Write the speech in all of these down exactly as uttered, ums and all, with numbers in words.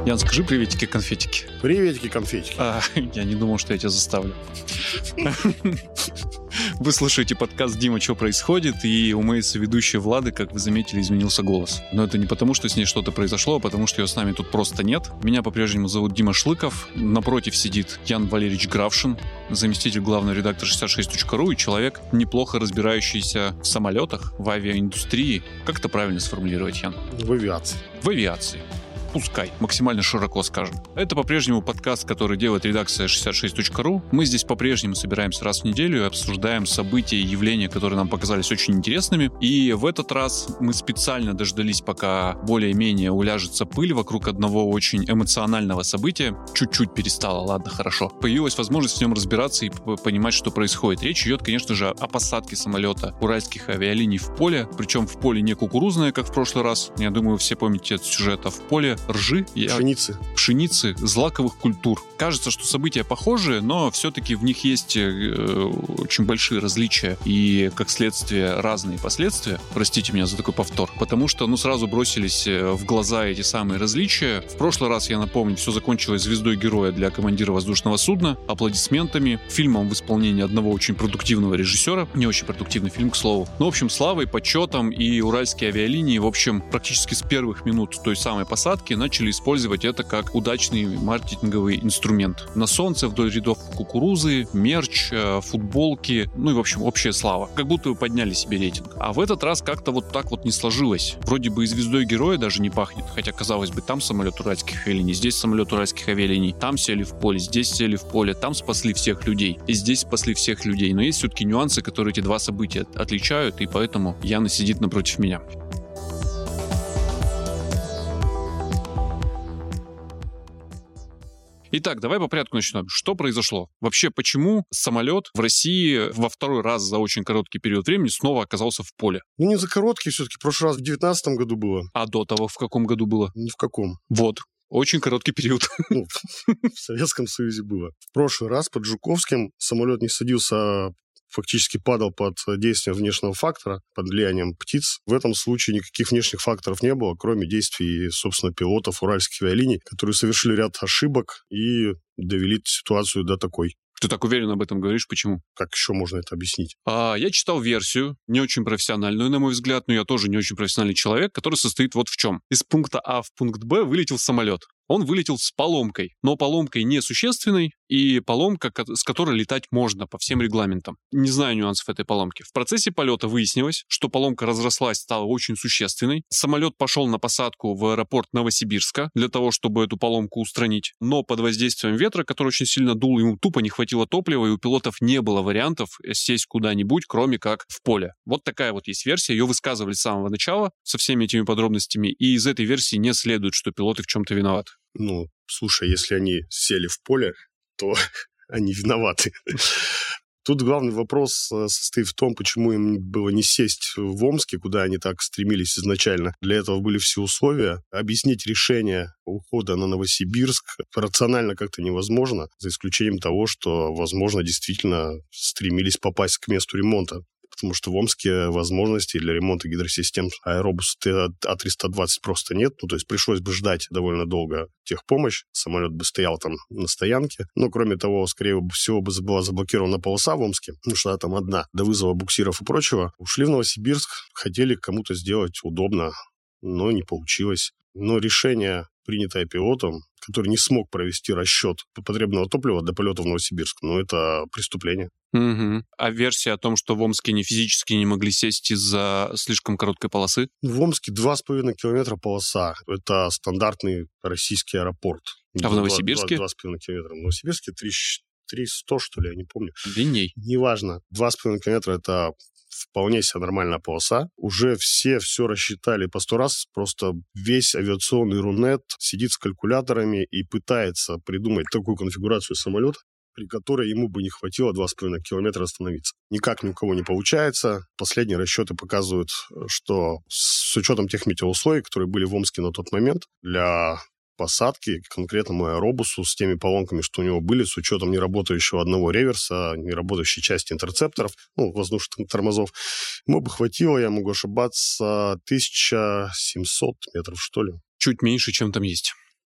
Ян, скажи приветики-конфетики. Приветики-конфетики. А, я не думал, что я тебя заставлю. Вы слушаете подкаст «Дима, что происходит?» И у моей соведущей Влады, как вы заметили, изменился голос. Но это не потому, что с ней что-то произошло, а потому, что ее с нами тут просто нет. Меня по-прежнему зовут Дима Шлыков. Напротив сидит Ян Валерьевич Гравшин, заместитель главного редактора шестьдесят шесть точка ру и человек, неплохо разбирающийся в самолетах, в авиаиндустрии. Как это правильно сформулировать, Ян? В авиации. В авиации. Пускай, максимально широко скажем. Это по-прежнему подкаст, который делает редакция шестьдесят шесть точка ру. Мы здесь по-прежнему собираемся раз в неделю и обсуждаем события и явления, которые нам показались очень интересными. И в этот раз мы специально дождались, пока более-менее уляжется пыль вокруг одного очень эмоционального события. Чуть-чуть перестало, ладно, хорошо. Появилась возможность в нем разбираться и понимать, что происходит. Речь идет, конечно же, о посадке самолета уральских авиалиний в поле. Причем в поле не кукурузное, как в прошлый раз. Я думаю, вы все помните этот сюжет, а в поле ржи, пшеницы. пшеницы, злаковых культур. Кажется, что события похожие, но все-таки в них есть э, очень большие различия и, как следствие, разные последствия. Простите меня за такой повтор. Потому что, ну, сразу бросились в глаза эти самые различия. В прошлый раз, я напомню, все закончилось звездой героя для командира воздушного судна, аплодисментами, фильмом в исполнении одного очень продуктивного режиссера. Не очень продуктивный фильм, к слову. Ну, в общем, славой, почетом, и уральские авиалинии, в общем, практически с первых минут той самой посадки начали использовать это как удачный маркетинговый инструмент. На солнце вдоль рядов кукурузы, мерч, футболки, ну и, в общем, общая слава. Как будто вы подняли себе рейтинг. А в этот раз как-то вот так вот не сложилось. Вроде бы и звездой героя даже не пахнет. Хотя, казалось бы, там самолет уральских авиалиний, здесь самолет уральских авиалиний, там сели в поле, здесь сели в поле, там спасли всех людей, и здесь спасли всех людей. Но есть все-таки нюансы, которые эти два события отличают, и поэтому Яна сидит напротив меня. Итак, давай по порядку начнем. Что произошло? Вообще, почему самолет в России во второй раз за очень короткий период времени снова оказался в поле? Ну, не за короткий все-таки. В прошлый раз в девятнадцатом году было. А до того в каком году было? Ни в каком. Вот. Очень короткий период. Ну, в Советском Союзе было. В прошлый раз под Жуковским самолет не садился, фактически падал под действием внешнего фактора, под влиянием птиц. В этом случае никаких внешних факторов не было, кроме действий, собственно, пилотов уральских авиалиний, которые совершили ряд ошибок и довели ситуацию до такой. Ты так уверенно об этом говоришь, почему? Как еще можно это объяснить? А, я читал версию, не очень профессиональную, на мой взгляд, но я тоже не очень профессиональный человек, который состоит вот в чем. Из пункта А в пункт Б вылетел самолет. Он вылетел с поломкой, но поломкой несущественной и поломка, с которой летать можно по всем регламентам. Не знаю нюансов этой поломки. В процессе полета выяснилось, что поломка разрослась, стала очень существенной. Самолет пошел на посадку в аэропорт Новосибирска для того, чтобы эту поломку устранить. Но под воздействием ветра, который очень сильно дул, ему тупо не хватило топлива, и у пилотов не было вариантов сесть куда-нибудь, кроме как в поле. Вот такая вот есть версия. Ее высказывали с самого начала со всеми этими подробностями. И из этой версии не следует, что пилоты в чем-то виноваты. Ну, слушай, если они сели в поле, то они виноваты. Тут главный вопрос состоит в том, почему им было не сесть в Омске, куда они так стремились изначально. Для этого были все условия. Объяснить решение ухода на Новосибирск рационально как-то невозможно, за исключением того, что, возможно, действительно стремились попасть к месту ремонта. Потому что в Омске возможностей для ремонта гидросистем аэробус А триста двадцать просто нет. Ну, то есть пришлось бы ждать довольно долго техпомощь. Самолет бы стоял там на стоянке. Но, кроме того, скорее всего, бы была заблокирована полоса в Омске, потому что она там одна, до вызова буксиров и прочего. Ушли в Новосибирск, хотели кому-то сделать удобно, но не получилось. Но решение, принятое пилотом, который не смог провести расчет потребного топлива до полета в Новосибирск, ну, это преступление. Угу. А версия о том, что в Омске они физически не могли сесть из-за слишком короткой полосы? В Омске два с половиной километра полоса. Это стандартный российский аэропорт. А в Новосибирске? два с половиной километра. В Новосибирске три сто, что ли, я не помню. Длинней. Неважно. два с половиной километра – это вполне себе нормальная полоса. Уже все все рассчитали по сто раз. Просто весь авиационный Рунет сидит с калькуляторами и пытается придумать такую конфигурацию самолета, при которой ему бы не хватило два с половиной километра остановиться. Никак ни у кого не получается. Последние расчеты показывают, что с учетом тех метеоусловий, которые были в Омске на тот момент, для посадки к конкретному аэробусу с теми поломками, что у него были, с учетом неработающего одного реверса, неработающей части интерцепторов, ну, воздушных тормозов, ему бы хватило, я могу ошибаться, тысяча семьсот метров, что ли. Чуть меньше, чем там есть.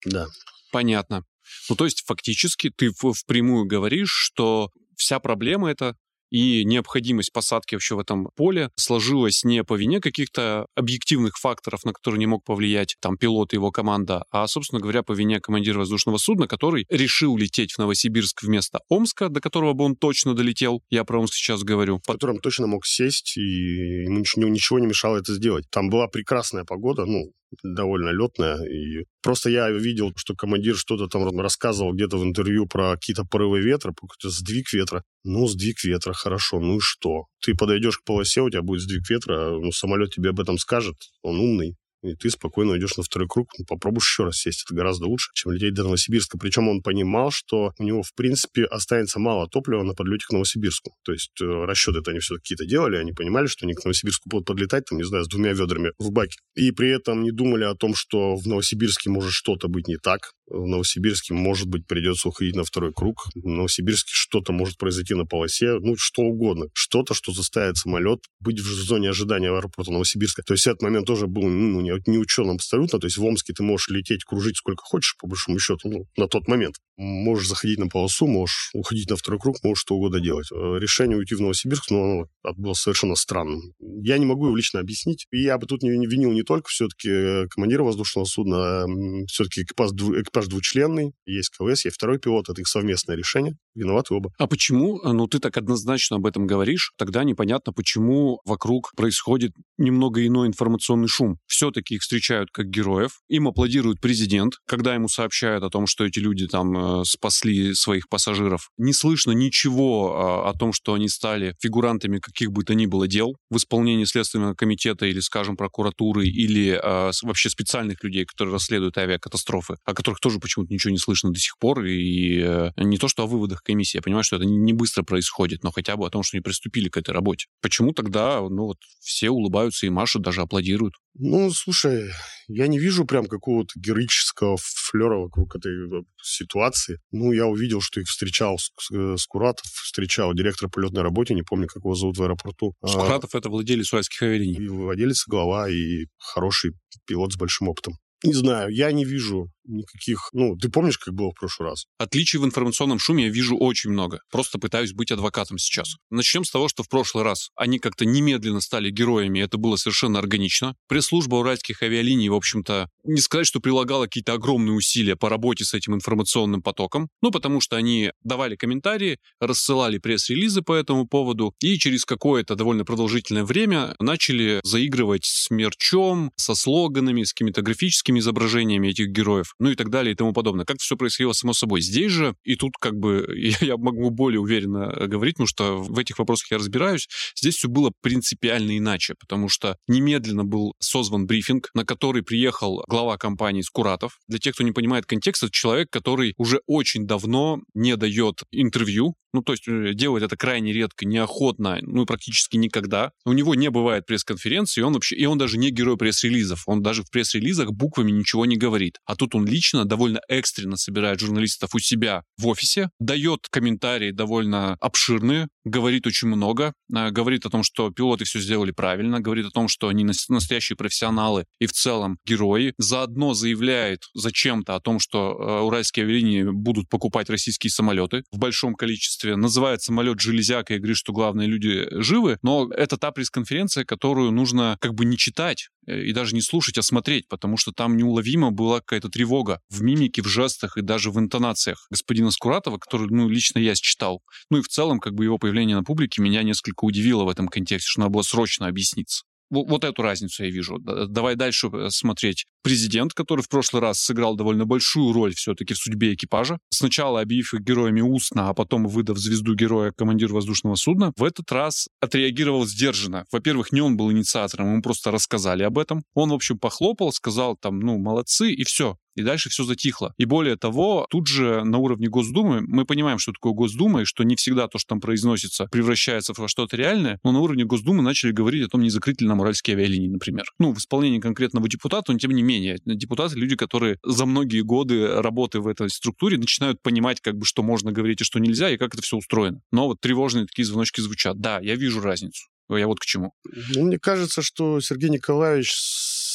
Да. Понятно. Ну, то есть, фактически, ты впрямую говоришь, что вся проблема это и необходимость посадки вообще в этом поле сложилась не по вине каких-то объективных факторов, на которые не мог повлиять там пилот и его команда, а, собственно говоря, по вине командира воздушного судна, который решил лететь в Новосибирск вместо Омска, до которого бы он точно долетел. Я про Омск сейчас говорю. В котором точно мог сесть, и ему ничего, ничего не мешало это сделать. Там была прекрасная погода, ну, довольно летная. И просто я видел, что командир что-то там рассказывал где-то в интервью про какие-то порывы ветра, про какой-то сдвиг ветра. Ну, сдвиг ветра, хорошо, ну и что? Ты подойдешь к полосе, у тебя будет сдвиг ветра, ну, самолет тебе об этом скажет, он умный. И ты спокойно уйдешь на второй круг, ну, попробуешь еще раз сесть. Это гораздо лучше, чем лететь до Новосибирска. Причем он понимал, что у него, в принципе, останется мало топлива на подлете к Новосибирску. То есть э, расчеты-то они все какие-то делали, они понимали, что они к Новосибирску будут подлетать, там, не знаю, с двумя ведрами в баке. И при этом не думали о том, что в Новосибирске может что-то быть не так. В Новосибирске, может быть, придется уходить на второй круг. В Новосибирске что-то может произойти на полосе. Ну, что угодно. Что-то, что заставит самолет быть в зоне ожидания аэропорта Новосибирска. То есть этот момент тоже был ну, не, не учен абсолютно. То есть в Омске ты можешь лететь, кружить сколько хочешь, по большому счету, ну, на тот момент. Можешь заходить на полосу, можешь уходить на второй круг, можешь что угодно делать. Решение уйти в Новосибирск, ну, оно было совершенно странным. Я не могу его лично объяснить. И я бы тут не, не винил не только все-таки командира воздушного судна, а все-таки экипаж, экипаж двучленный, есть КВС, есть второй пилот, это их совместное решение. Виноваты оба. А почему, ну ты так однозначно об этом говоришь, тогда непонятно, почему вокруг происходит немного иной информационный шум. Все-таки их встречают как героев, им аплодирует президент, когда ему сообщают о том, что эти люди там э, спасли своих пассажиров. Не слышно ничего э, о том, что они стали фигурантами каких бы то ни было дел в исполнении Следственного комитета или, скажем, прокуратуры, или э, вообще специальных людей, которые расследуют авиакатастрофы, о которых тоже почему-то ничего не слышно до сих пор, и э, не то, что о выводах комиссии. Я понимаю, что это не быстро происходит, но хотя бы о том, что они приступили к этой работе. Почему тогда, ну вот, все улыбаются и машут, даже аплодируют? Ну, слушай, я не вижу прям какого-то героического флера вокруг этой ситуации. Ну, я увидел, что их встречал Скуратов, встречал директор полетной работы, не помню, как его зовут в аэропорту. Скуратов — это владелец уральских авиалиний. И владелец, глава, и хороший пилот с большим опытом. Не знаю, я не вижу никаких... Ну, ты помнишь, как было в прошлый раз? Отличий в информационном шуме я вижу очень много. Просто пытаюсь быть адвокатом сейчас. Начнем с того, что в прошлый раз они как-то немедленно стали героями, и это было совершенно органично. Пресс-служба уральских авиалиний, в общем-то, не сказать, что прилагала какие-то огромные усилия по работе с этим информационным потоком, ну, потому что они давали комментарии, рассылали пресс-релизы по этому поводу, и через какое-то довольно продолжительное время начали заигрывать с мерчом, со слоганами, с какими-то графическими изображениями этих героев, ну и так далее и тому подобное. Как все происходило само собой. Здесь же, и тут как бы я, я могу более уверенно говорить, потому что в этих вопросах я разбираюсь, здесь все было принципиально иначе, потому что немедленно был созван брифинг, на который приехал глава компании Скуратов. Для тех, кто не понимает контекст, это человек, который уже очень давно не дает интервью, ну, то есть делает это крайне редко, неохотно, ну, практически никогда. У него не бывает пресс-конференции, и он вообще, и он даже не герой пресс-релизов. Он даже в пресс-релизах буквами ничего не говорит. А тут он лично довольно экстренно собирает журналистов у себя в офисе, дает комментарии довольно обширные, говорит очень много, говорит о том, что пилоты все сделали правильно, говорит о том, что они настоящие профессионалы и в целом герои. Заодно заявляет зачем-то о том, что уральские авиалинии будут покупать российские самолеты в большом количестве, называет самолет железякой и говорит, что главные люди живы, но это та пресс-конференция, которую нужно как бы не читать и даже не слушать, а смотреть, потому что там неуловимо была какая-то тревога в мимике, в жестах и даже в интонациях господина Скуратова, который, ну, лично я считал. Ну и в целом, как бы его появление на публике меня несколько удивило в этом контексте, что надо было срочно объясниться. Вот эту разницу я вижу. Давай дальше смотреть. Президент, который в прошлый раз сыграл довольно большую роль все-таки в судьбе экипажа, сначала объявив их героями устно, а потом выдав звезду героя командиру воздушного судна, в этот раз отреагировал сдержанно. Во-первых, не он был инициатором, ему просто рассказали об этом. Он, в общем, похлопал, сказал там, ну, молодцы, и все. И дальше все затихло. И более того, тут же на уровне Госдумы, мы понимаем, что такое Госдума, и что не всегда то, что там произносится, превращается во что-то реальное, но на уровне Госдумы начали говорить о том, не закрыть ли нам уральские авиалинии, например. Ну, в исполнении конкретного депутата, но тем не менее, депутаты — люди, которые за многие годы работы в этой структуре начинают понимать, как бы, что можно говорить и что нельзя, и как это все устроено. Но вот тревожные такие звоночки звучат. Да, я вижу разницу. Я вот к чему. Ну, мне кажется, что Сергей Николаевич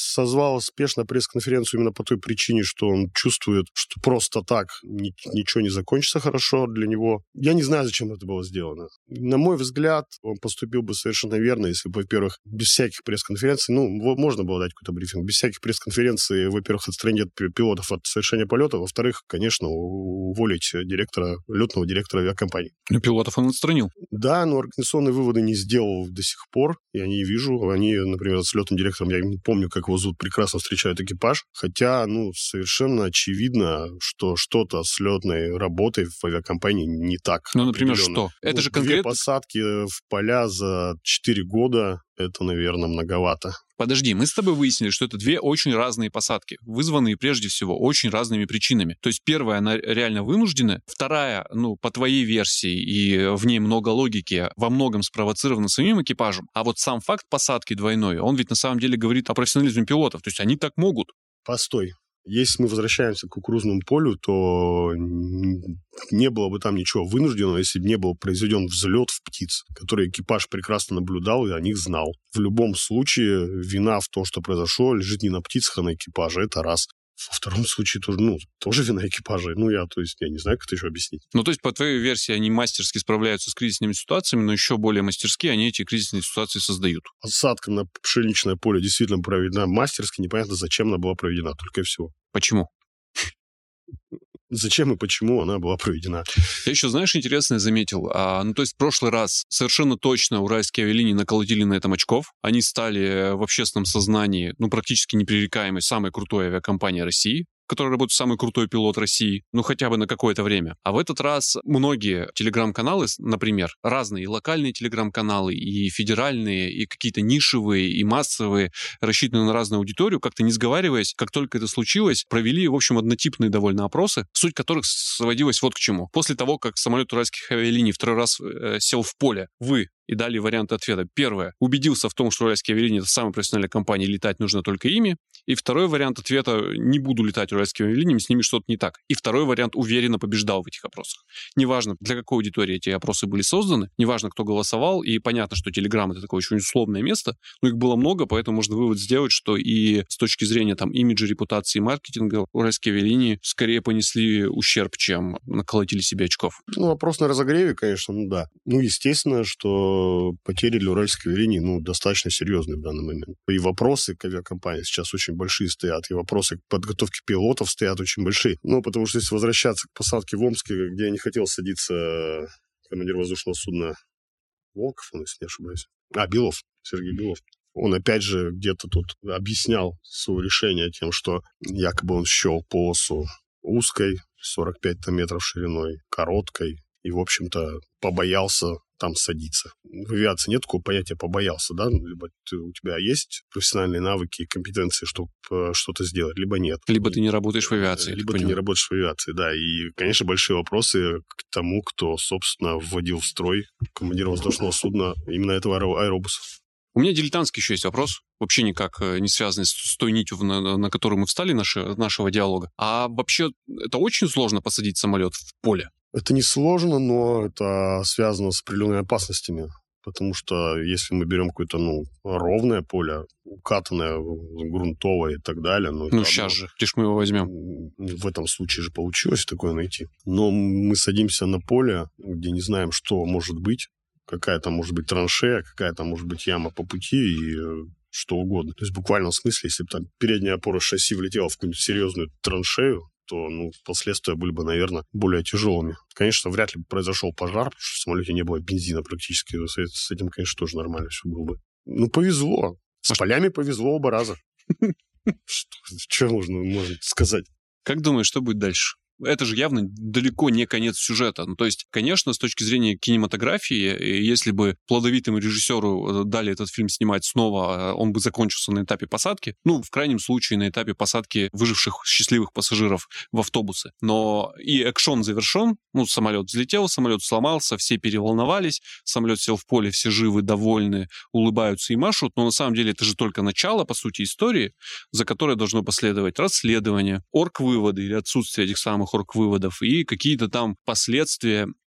созвал спешно пресс-конференцию именно по той причине, что он чувствует, что просто так ни, ничего не закончится хорошо для него. Я не знаю, зачем это было сделано. На мой взгляд, он поступил бы совершенно верно, если бы, во-первых, без всяких пресс-конференций, ну, можно было дать какой-то брифинг, без всяких пресс-конференций, во-первых, отстранить пилотов от совершения полета, во-вторых, конечно, уволить директора, летного директора авиакомпании. Но пилотов он отстранил. Да, но организационные выводы не сделал до сих пор. Я не вижу. Они, например, с летным директором, я не помню, как его зовут, прекрасно встречают экипаж. Хотя, ну, совершенно очевидно, что что-то с летной работой в авиакомпании не так. Ну, например, что? Это ну, же конкретно... Две посадки в поля за четыре года, это, наверное, многовато. Подожди, мы с тобой выяснили, что это две очень разные посадки, вызванные прежде всего очень разными причинами. То есть первая, она реально вынуждена, вторая, ну, по твоей версии, и в ней много логики, во многом спровоцирована самим экипажем. А вот сам факт посадки двойной, он ведь на самом деле говорит о профессионализме пилотов. То есть они так могут. Постой. Если мы возвращаемся к кукурузному полю, то не было бы там ничего вынужденного, если бы не был произведен взлет в птиц, который экипаж прекрасно наблюдал и о них знал. В любом случае, вина в том, что произошло, лежит не на птицах, а на экипаже. Это раз. Во втором случае тоже, ну, тоже вина экипажа. Ну, я, то есть, я не знаю, как это еще объяснить. Ну, то есть, по твоей версии, они мастерски справляются с кризисными ситуациями, но еще более мастерски они эти кризисные ситуации создают. Посадка на пшеничное поле действительно проведена мастерски. Непонятно, зачем она была проведена, только и всего. Почему? Зачем и почему она была проведена. Я еще, знаешь, интересное заметил. А, ну, то есть в прошлый раз совершенно точно уральские авиалинии наколотили на этом очков. Они стали в общественном сознании, ну, практически непререкаемой, самой крутой авиакомпанией России, в которой работает самый крутой пилот России, ну, хотя бы на какое-то время. А в этот раз многие телеграм-каналы, например, разные и локальные телеграм-каналы, и федеральные, и какие-то нишевые, и массовые, рассчитанные на разную аудиторию, как-то не сговариваясь, как только это случилось, провели, в общем, однотипные довольно опросы, суть которых сводилась вот к чему. После того, как самолет уральских авиалиний второй раз э, сел в поле, вы и дали варианты ответа. Первое. Убедился в том, что уральские авиалинии — это самая профессиональная компания, летать нужно только ими. И второй вариант ответа. Не буду летать уральскими авиалиниями, с ними что-то не так. И второй вариант уверенно побеждал в этих опросах. Неважно, для какой аудитории эти опросы были созданы, неважно, кто голосовал, и понятно, что Telegram — это такое очень условное место, но их было много, поэтому можно вывод сделать, что и с точки зрения там имиджа, репутации и маркетинга уральские авиалинии скорее понесли ущерб, чем наколотили себе очков. Ну, вопрос на разогреве, конечно, ну да. Ну, естественно, что потери для уральских авиалиний, ну, достаточно серьезные в данный момент. И вопросы к авиакомпании сейчас очень большие стоят, и вопросы к подготовке пилотов стоят очень большие. Ну, потому что если возвращаться к посадке в Омске, где я не хотел садиться командир воздушного судна Волков, он, если не ошибаюсь. А, Белов, Сергей Белов. Он, опять же, где-то тут объяснял свое решение тем, что якобы он счел полосу узкой, сорок пять метров шириной, короткой, и, в общем-то, побоялся там садиться. В авиации нет такого понятия «побоялся», да? Либо ты, у тебя есть профессиональные навыки и компетенции, чтобы э, что-то сделать, либо нет. Либо ты не работаешь в авиации. Либо ты не работаешь в авиации, да. И, конечно, большие вопросы к тому, кто, собственно, вводил в строй командира воздушного судна именно этого аэробуса. У меня дилетантский еще есть вопрос, вообще никак не связанный с, с той нитью, на, на которую мы встали наши, нашего диалога. А вообще это очень сложно посадить самолет в поле? Это не сложно, но это связано с определенными опасностями. Потому что если мы берем какое-то, ну, ровное поле, укатанное, грунтовое и так далее... Ну, ну сейчас же, где ж мы его возьмем? В этом случае же получилось такое найти. Но мы садимся на поле, где не знаем, что может быть, какая там может быть траншея, какая там может быть яма по пути и что угодно. То есть в буквальном смысле, если бы там передняя опора шасси влетела в какую-нибудь серьезную траншею, то, ну, последствия были бы, наверное, более тяжелыми. Конечно, вряд ли бы произошел пожар, потому что в самолете не было бензина практически. С этим, конечно, тоже нормально все было бы. Ну, повезло. С полями повезло оба раза. Что можно, можно сказать? Как думаешь, что будет дальше? Это же явно далеко не конец сюжета. Ну, то есть, конечно, с точки зрения кинематографии, если бы плодовитому режиссеру дали этот фильм снимать снова, он бы закончился на этапе посадки. Ну, в крайнем случае, на этапе посадки выживших счастливых пассажиров в автобусы. Но и экшон завершен. Ну, самолет взлетел, самолет сломался, все переволновались, самолет сел в поле, все живы, довольны, улыбаются и машут. Но на самом деле это же только начало, по сути, истории, за которой должно последовать расследование, орг-выводы или отсутствие этих самых орг-выводов и какие-то там последствия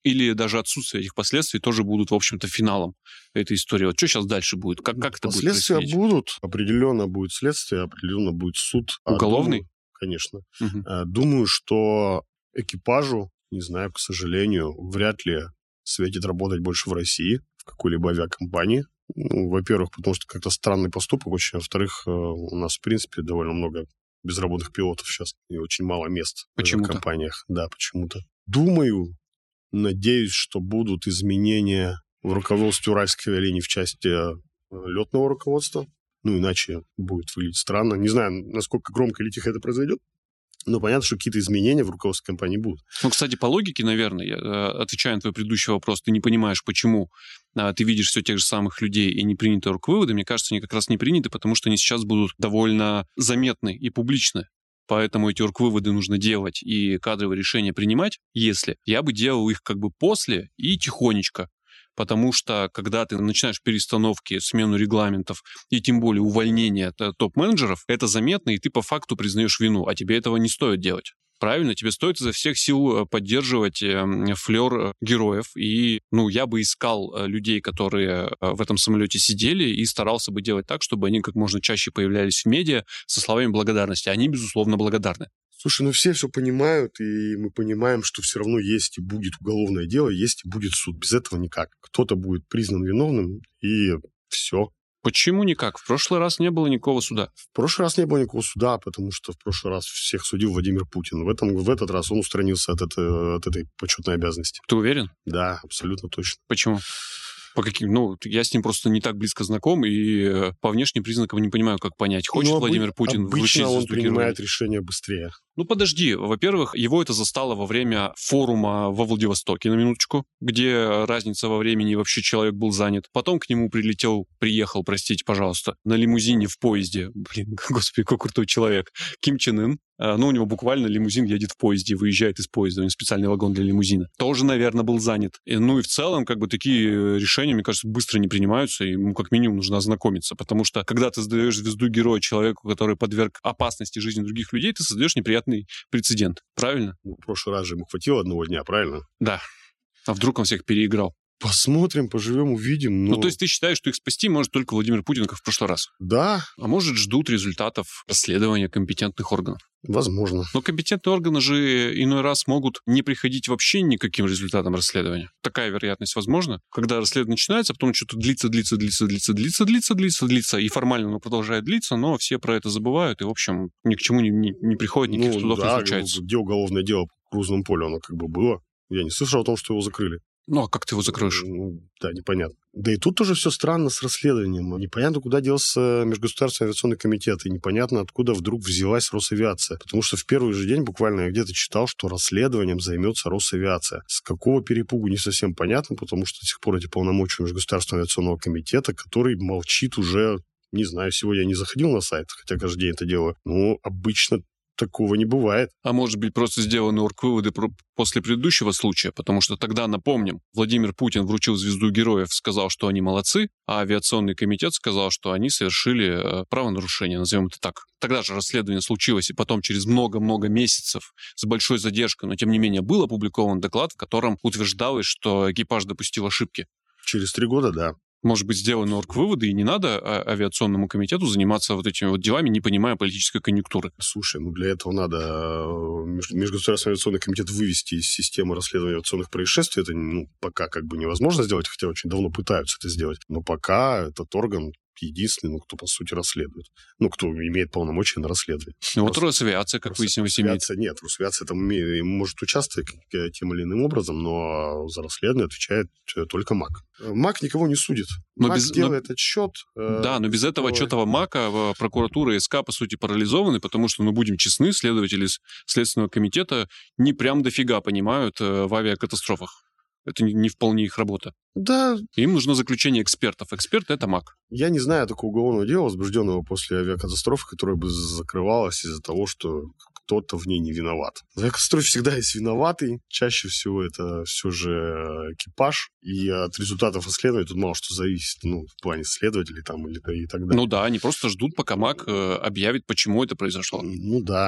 Или даже отсутствие этих последствий тоже будут, в общем-то, финалом этой истории? Вот что сейчас дальше будет? Как, как это будет Последствия происходить? будут. Определенно будет следствие, определенно будет суд. Уголовный? А, думаю, конечно. Угу. А, думаю, что экипажу, не знаю, к сожалению, вряд ли светит работать больше в России, в какой-либо авиакомпании. Ну, во-первых, потому что как-то странный поступок очень. Во-вторых, у нас, в принципе, довольно много безработных пилотов сейчас. И очень мало мест Почему-то. в авиакомпаниях. Да, почему-то. Думаю, надеюсь, что будут изменения в руководстве Уральской авиалинии в части летного руководства. Ну, иначе будет выглядеть странно. Не знаю, насколько громко или тихо это произойдет. Но понятно, что какие-то изменения в руководстве компании будут. Ну, кстати, по логике, наверное, я, отвечая на твой предыдущий вопрос, ты не понимаешь, почему а, ты видишь все тех же самых людей и не приняты оргвыводы. Мне кажется, они как раз не приняты, потому что они сейчас будут довольно заметны и публичны. Поэтому эти оргвыводы нужно делать и кадровые решения принимать, если я бы делал их как бы после и тихонечко. Потому что, когда ты начинаешь перестановки, смену регламентов и тем более увольнение топ-менеджеров, это заметно, и ты по факту признаешь вину, а тебе этого не стоит делать. Правильно, тебе стоит изо всех сил поддерживать флер героев. И, ну, я бы искал людей, которые в этом самолете сидели, и старался бы делать так, чтобы они как можно чаще появлялись в медиа со словами благодарности. Они, безусловно, благодарны. Слушай, ну все все понимают, и мы понимаем, что все равно есть и будет уголовное дело, есть и будет суд. Без этого никак. Кто-то будет признан виновным, и все. Почему никак? В прошлый раз не было никакого суда. В прошлый раз не было никакого суда, потому что в прошлый раз всех судил Владимир Путин. В, этом, в этот раз он устранился от, это, от этой почетной обязанности. Ты уверен? Да, абсолютно точно. Почему? По каким? Ну, я с ним просто не так близко знаком, и по внешним признакам не понимаю, как понять, хочет ну, Владимир Путин вручить обычно он звезду принимает героя? решение быстрее. Ну, подожди. Во-первых, его это застало во время форума во Владивостоке, на минуточку, где разница во времени, вообще человек был занят. Потом к нему прилетел, приехал, простите, пожалуйста, на лимузине в поезде. Блин, господи, какой крутой человек. Ким Чен Ын. Ну, у него буквально лимузин едет в поезде, выезжает из поезда, у него специальный вагон для лимузина. Тоже, наверное, был занят. И, ну и в целом, как бы, такие решения, мне кажется, быстро не принимаются, и ему как минимум нужно ознакомиться, потому что, когда ты создаешь звезду героя человеку, который подверг опасности жизни других людей, ты создаешь неприятный прецедент. Правильно? Ну, в прошлый раз же ему хватило одного дня, правильно? Да. А вдруг он всех переиграл? Посмотрим, поживем, увидим. Но... Ну, то есть ты считаешь, что их спасти может только Владимир Путин, как в прошлый раз? Да. А может, ждут результатов расследования компетентных органов? Возможно. Но компетентные органы же иной раз могут не приходить вообще никаким результатам расследования. Такая вероятность возможна, когда расследование начинается, а потом что-то длится, длится, длится, длится, длится, длится, длится, длится, и формально оно продолжает длиться, но все про это забывают, и, в общем, ни к чему не, не, не приходит, никаких ну, судов да, не случается. Где уголовное дело по Кукурузному полю, оно как бы было. Я не слышал о том, что его закрыли. Ну, а как ты его закроешь? Ну, да, непонятно. Да и тут тоже все странно с расследованием. Непонятно, куда делся Межгосударственный авиационный комитет, и непонятно, откуда вдруг взялась Росавиация. Потому что в первый же день буквально я где-то читал, что расследованием займется Росавиация. С какого перепугу, не совсем понятно, потому что до сих пор эти полномочия Межгосударственного авиационного комитета, который молчит уже, не знаю, сегодня я не заходил на сайт, хотя каждый день это делаю, но обычно такого не бывает. А может быть, просто сделаны оргвыводы после предыдущего случая, потому что тогда, напомним, Владимир Путин вручил звезду героев, сказал, что они молодцы, а авиационный комитет сказал, что они совершили правонарушение, назовем это так. Тогда же расследование случилось, и потом через много-много месяцев с большой задержкой, но тем не менее был опубликован доклад, в котором утверждалось, что экипаж допустил ошибки. Через три года, да. Может быть, сделаны оргвыводы, и не надо авиационному комитету заниматься вот этими вот делами, не понимая политической конъюнктуры. Слушай, ну для этого надо Межгосударственный авиационный комитет вывести из системы расследования авиационных происшествий. Это ну, пока как бы невозможно сделать, хотя очень давно пытаются это сделать. Но пока этот орган единственный, ну, кто, по сути, расследует. Ну, кто имеет полномочия на расследование. Ну, вот Росавиация, как выяснилось, имеет. Росавиация нет. Росавиация там может участвовать тем или иным образом, но за расследование отвечает только МАК. МАК никого не судит. Но МАК без... делает но... отчет. Да, но без этого отчетного МАКа прокуратура и СК, по сути, парализованы, потому что, ну, будем честны, следователи Следственного комитета не прям дофига понимают в авиакатастрофах. Это не вполне их работа. Да. Им нужно заключение экспертов. Эксперт — это МАК. Я не знаю такого уголовного дела, возбужденного после авиакатастрофы, которое бы закрывалось из-за того, что кто-то в ней не виноват. В авиакатастрофе всегда есть виноватый. Чаще всего это все же экипаж. И от результатов расследования тут мало что зависит. Ну, в плане следователей там или и так далее. Ну да, они просто ждут, пока МАК объявит, почему это произошло. Ну да.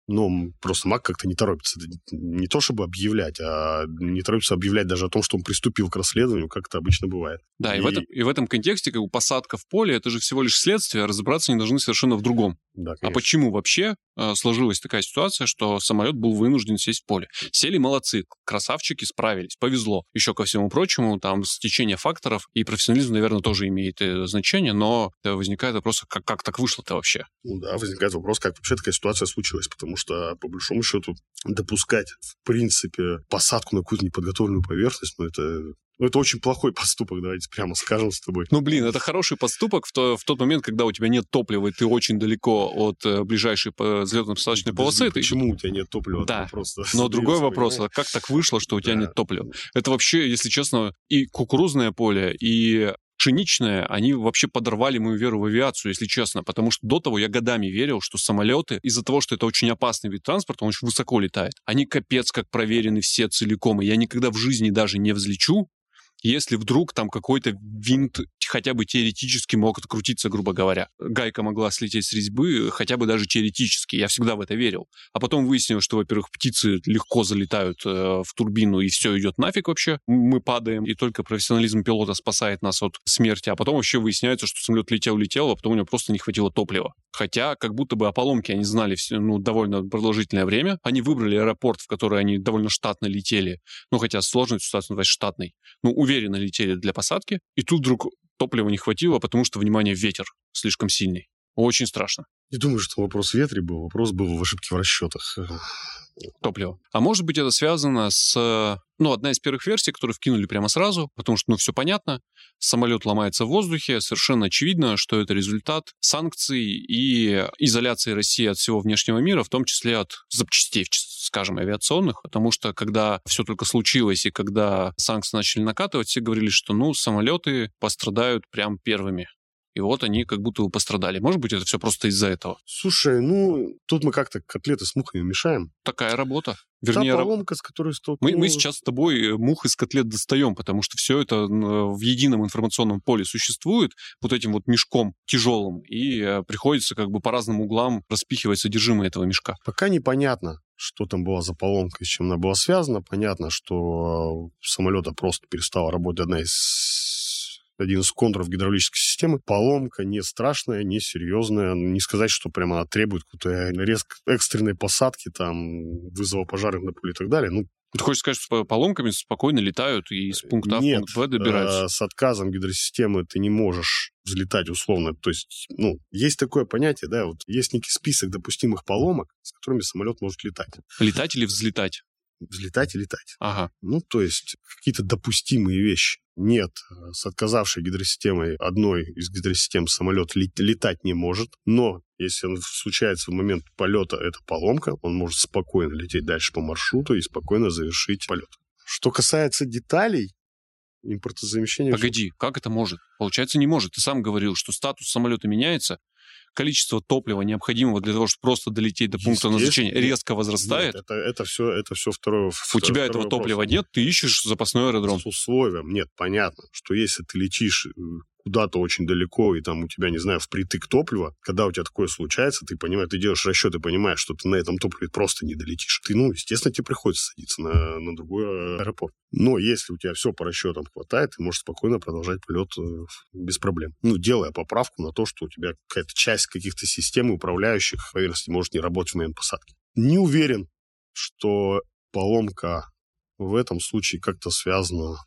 Но просто МАК как-то не торопится. Не то чтобы объявлять, а не торопится объявлять даже о том, что он приступил к расследованию, как это обычно бывает. Да, и, и, в, этом, и в этом контексте как бы посадка в поле, это же всего лишь следствие, а разобраться они должны совершенно в другом. Да, а почему вообще э, сложилась такая ситуация, что самолет был вынужден сесть в поле? Сели молодцы, красавчики, справились, повезло. Еще ко всему прочему, там стечение факторов и профессионализм, наверное, тоже имеет э, значение, но возникает вопрос, как, как так вышло-то вообще? Ну да, возникает вопрос, как вообще такая ситуация случилась, потому что, по большому счету, допускать, в принципе, посадку на какую-то неподготовленную поверхность, ну, это... Ну, это очень плохой поступок, давайте прямо скажем с тобой. Ну, блин, это хороший поступок в, то, в тот момент, когда у тебя нет топлива, и ты очень далеко от э, ближайшей взлетно-посадочной полосы. Почему ты... у тебя нет топлива? Да, просто но другой вопрос, а как так вышло, что у тебя да. нет топлива? Это вообще, если честно, и кукурузное поле, и пшеничное, они вообще подорвали мою веру в авиацию, если честно, потому что до того я годами верил, что самолеты, из-за того, что это очень опасный вид транспорта, он очень высоко летает, они капец как проверены все целиком, и я никогда в жизни даже не взлечу, если вдруг там какой-то винт хотя бы теоретически мог открутиться, грубо говоря. Гайка могла слететь с резьбы хотя бы даже теоретически. Я всегда в это верил. А потом выяснилось, что, во-первых, птицы легко залетают э, в турбину, и все идет нафиг вообще. Мы падаем, и только профессионализм пилота спасает нас от смерти. А потом вообще выясняется, что самолет летел-летел, а потом у него просто не хватило топлива. Хотя как будто бы о поломке они знали все, ну, довольно продолжительное время. Они выбрали аэропорт, в который они довольно штатно летели. Ну, хотя сложно ситуацию назвать штатной. Ну, уверенно летели для посадки. И тут вдруг топлива не хватило, потому что, внимание, ветер слишком сильный. Очень страшно. Не думаю, что вопрос в ветре был. Вопрос был в ошибке в расчетах. Топлива. А может быть, это связано с... Ну, одна из первых версий, которую вкинули прямо сразу, потому что, ну, все понятно. Самолет ломается в воздухе. Совершенно очевидно, что это результат санкций и изоляции России от всего внешнего мира, в том числе от запчастей, скажем, авиационных, потому что, когда все только случилось и когда санкции начали накатывать, все говорили, что, ну, самолеты пострадают прям первыми. И вот они как будто бы пострадали. Может быть, это все просто из-за этого. Слушай, ну, тут мы как-то котлеты с мухами мешаем. Такая работа. Вернее, та поломка, с которой столкнулась... Мы, мы сейчас с тобой мух из котлет достаем, потому что все это в едином информационном поле существует, вот этим вот мешком тяжелым, и приходится как бы по разным углам распихивать содержимое этого мешка. Пока непонятно, что там была за поломка, с чем она была связана. Понятно, что у самолета просто перестала работать одна из... один из контуров гидравлической системы. Поломка не страшная, не серьезная. Не сказать, что прямо она требует какой-то резко экстренной посадки, там, вызова пожаров на поле и так далее. Ну, ты хочешь сказать, что поломками спокойно летают и с пункта А в пункт В добираются? Нет, с отказом гидросистемы ты не можешь взлетать условно. То есть, ну, есть такое понятие, да, вот есть некий список допустимых поломок, с которыми самолет может летать. Летать или взлетать? Взлетать и летать. Ага. Ну, то есть какие-то допустимые вещи. Нет, с отказавшей гидросистемой одной из гидросистем самолет летать не может, но если случается в момент полета эта поломка, он может спокойно лететь дальше по маршруту и спокойно завершить полет. Что касается деталей импортозамещения... Погоди, как это может? Получается, не может. Ты сам говорил, что статус самолета меняется, количество топлива, необходимого для того, чтобы просто долететь до пункта назначения, резко возрастает. Нет, это, это, все, это все второе. У второе, тебя этого вопрос. топлива нет, ты ищешь запасной аэродром. С условием. Нет, понятно, что если ты летишь куда-то очень далеко, и там у тебя, не знаю, впритык топлива, когда у тебя такое случается, ты понимаешь, ты делаешь расчет и понимаешь, что ты на этом топливе просто не долетишь. Ты, ну, естественно, тебе приходится садиться на, на другой аэропорт. Но если у тебя все по расчетам хватает, ты можешь спокойно продолжать полет без проблем. Ну, делая поправку на то, что у тебя какая-то часть каких-то систем управляющих поверхности может не работать в момент посадки. Не уверен, что поломка в этом случае как-то связана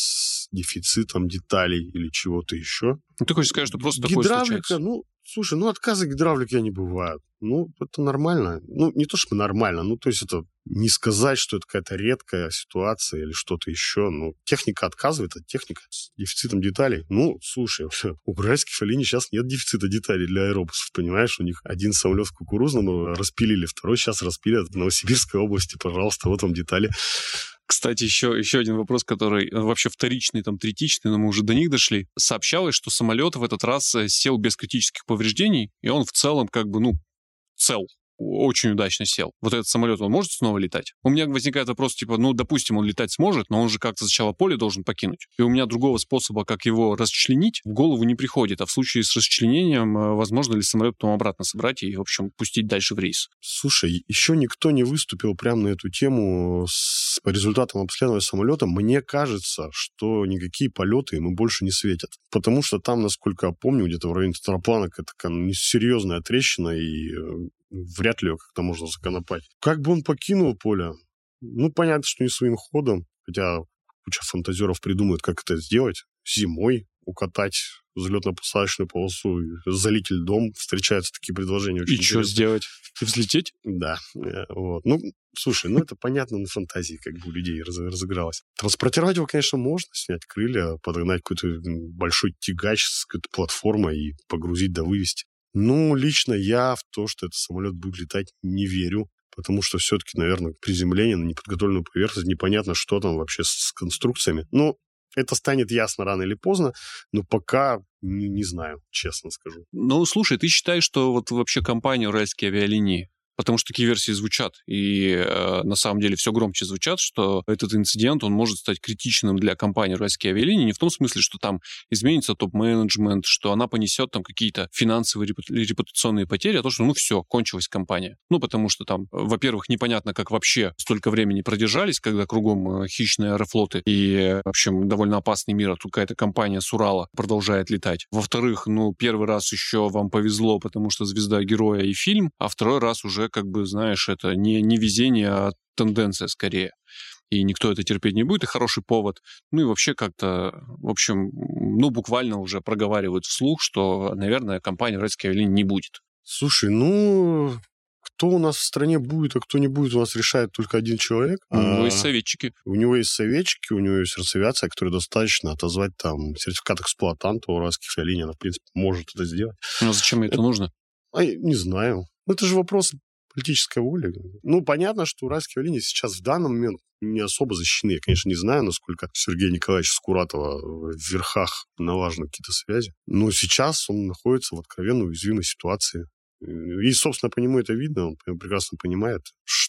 с дефицитом деталей или чего-то еще. Ну, ты хочешь сказать, что просто такое случается? Ну, слушай, ну, отказы гидравлики, они бывают. Ну, это нормально. Ну, не то, чтобы нормально, ну, то есть это не сказать, что это какая-то редкая ситуация или что-то еще. Ну, техника отказывает, а техника с дефицитом деталей. Ну, слушай, у уральских авиалиний сейчас нет дефицита деталей для аэробусов, понимаешь? У них один самолет в Кукурузном распилили, второй сейчас распилят в Новосибирской области, пожалуйста, вот вам детали. Кстати, еще, еще один вопрос, который вообще вторичный, там, третичный, но мы уже до них дошли. Сообщалось, что самолет в этот раз сел без критических повреждений, и он в целом как бы, ну, цел. очень удачно сел. Вот этот самолет, он может снова летать? У меня возникает вопрос, типа, ну, допустим, он летать сможет, но он же как-то сначала поле должен покинуть. И у меня другого способа, как его расчленить, в голову не приходит. А в случае с расчленением, возможно ли самолет потом обратно собрать и, в общем, пустить дальше в рейс? Слушай, еще никто не выступил прямо на эту тему с, по результатам обследования самолета. Мне кажется, что никакие полеты ему больше не светят. Потому что там, насколько я помню, где-то в районе тетрапlanок это такая серьезная трещина, и вряд ли ее как-то можно законопать. Как бы он покинул поле? Ну, понятно, что не своим ходом, хотя куча фантазеров придумают, как это сделать. Зимой укатать взлетно-посадочную полосу, залить льдом. Встречаются такие предложения. Очень и что сделать? Взлететь? Да. Вот. Ну, слушай, ну это понятно на фантазии, как бы у людей раз, разыгралось. Транспортировать его, конечно, можно, снять крылья, подогнать какой-то большой тягач с какой-то платформой и погрузить да вывести. Ну, лично я в то, что этот самолет будет летать, не верю. Потому что все-таки, наверное, приземление на неподготовленную поверхность, непонятно, что там вообще с конструкциями. Ну, это станет ясно рано или поздно, но пока не, не знаю, честно скажу. Ну, слушай, ты считаешь, что вот вообще компания «Уральские авиалинии», потому что такие версии звучат, и э, на самом деле все громче звучат, что этот инцидент, он может стать критичным для компании «Уральские авиалинии», не в том смысле, что там изменится топ-менеджмент, что она понесет там какие-то финансовые репутационные потери, а то, что, ну, все, кончилась компания. Ну, потому что там, во-первых, непонятно, как вообще столько времени продержались, когда кругом хищные аэрофлоты и, в общем, довольно опасный мир, а тут какая-то компания с Урала продолжает летать. Во-вторых, ну, первый раз еще вам повезло, потому что «Звезда героя» и фильм, а второй раз уже, как бы, знаешь, это не, не везение, а тенденция скорее. И никто это терпеть не будет, и хороший повод. Ну и вообще как-то, в общем, ну буквально уже проговаривают вслух, что, наверное, компания «Уральские авиалинии» не будет. Слушай, ну... Кто у нас в стране будет, а кто не будет, у нас решает только один человек. У него а, есть советчики. У него есть советчики, у него есть Росавиация, которой достаточно отозвать там сертификат эксплуатанта уральских авиалиний. Она, в принципе, может это сделать. Но зачем это, это нужно? А, не знаю. Это же вопрос политической воли. Ну, понятно, что уральские авиалинии сейчас в данный момент не особо защищены. Я, конечно, не знаю, насколько Сергей Николаевич Скуратова в верхах налажены какие-то связи. Но сейчас он находится в откровенно уязвимой ситуации. И, собственно, по нему это видно, он прекрасно понимает,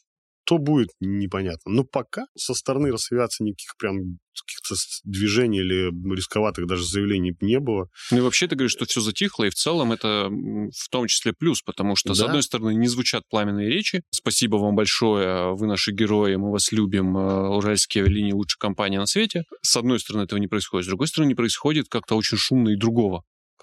что будет, непонятно. Но пока со стороны Росавиации никаких прям каких-то движений или рисковатых даже заявлений не было. Ну и вообще ты говоришь, что все затихло, и в целом это в том числе плюс, потому что, да, с одной стороны, не звучат пламенные речи. Спасибо вам большое, вы наши герои, мы вас любим, Уральские авиалинии лучшая компания на свете. С одной стороны, этого не происходит. С другой стороны, происходит как-то очень шумно и другого,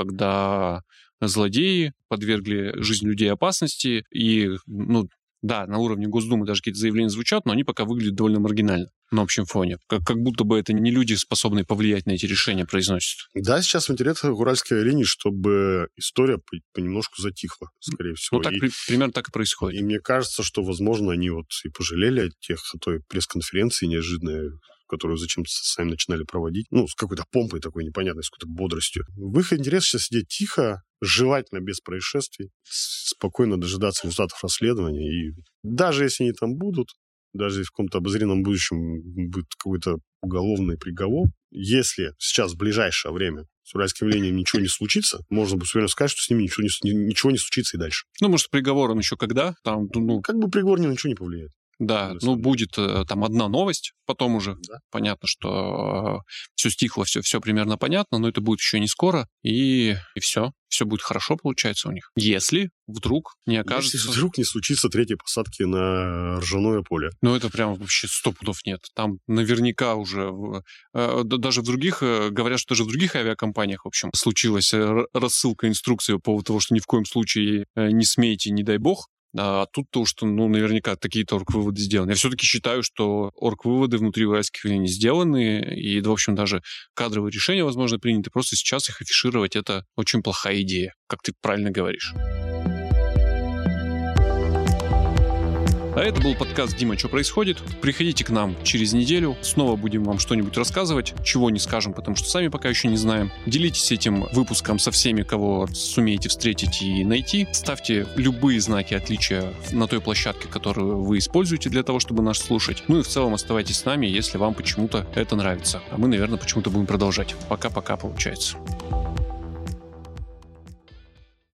когда злодеи подвергли жизнь людей опасности, и, ну, да, на уровне Госдумы даже какие-то заявления звучат, но они пока выглядят довольно маргинально на общем фоне. Как, как будто бы это не люди, способные повлиять на эти решения, произносят. Да, сейчас в интересах уральской авиалинии, чтобы история понемножку затихла, скорее всего. Ну, так, и, при, примерно так и происходит. И мне кажется, что, возможно, они вот и пожалели тех, той пресс-конференции неожиданной, которую зачем-то сами начинали проводить. Ну, с какой-то помпой такой непонятной, с какой-то бодростью. В их интересе сейчас сидеть тихо, желательно без происшествий, спокойно дожидаться результатов расследования. И даже если они там будут, даже если в каком-то обозримом будущем будет какой-то уголовный приговор, если сейчас в ближайшее время с уральским авиалинией ничего не случится, можно бы с уверенностью сказать, что с ними ничего не, ничего не случится и дальше. Ну, может, приговор он еще когда? Там, ну... Как бы приговор ни на ничего не повлияет. Да, ну, будет там одна новость, потом уже да. Понятно, что э, все стихло, все, все примерно понятно, но это будет еще не скоро, и, и все. Все будет хорошо, получается, у них. Если вдруг не окажется... Если вдруг не случится третьей посадки на ржаное поле. Ну, это прям вообще сто пудов нет. Там наверняка уже... Э, даже в других... Э, говорят, что даже в других авиакомпаниях, в общем, случилась рассылка инструкции по поводу того, что ни в коем случае э, не смейте, не дай бог. А тут-то уж, ну, наверняка такие-то орг-выводы сделаны. Я все-таки считаю, что орг-выводы внутри уральских авиалиний сделаны, и, в общем, даже кадровые решения, возможно, приняты. Просто сейчас их афишировать — это очень плохая идея, как ты правильно говоришь. А это был подкаст «Дима, что происходит?». Приходите к нам через неделю. Снова будем вам что-нибудь рассказывать, чего не скажем, потому что сами пока еще не знаем. Делитесь этим выпуском со всеми, кого сумеете встретить и найти. Ставьте любые знаки отличия на той площадке, которую вы используете для того, чтобы нас слушать. Ну и в целом оставайтесь с нами, если вам почему-то это нравится. А мы, наверное, почему-то будем продолжать. Пока-пока, получается.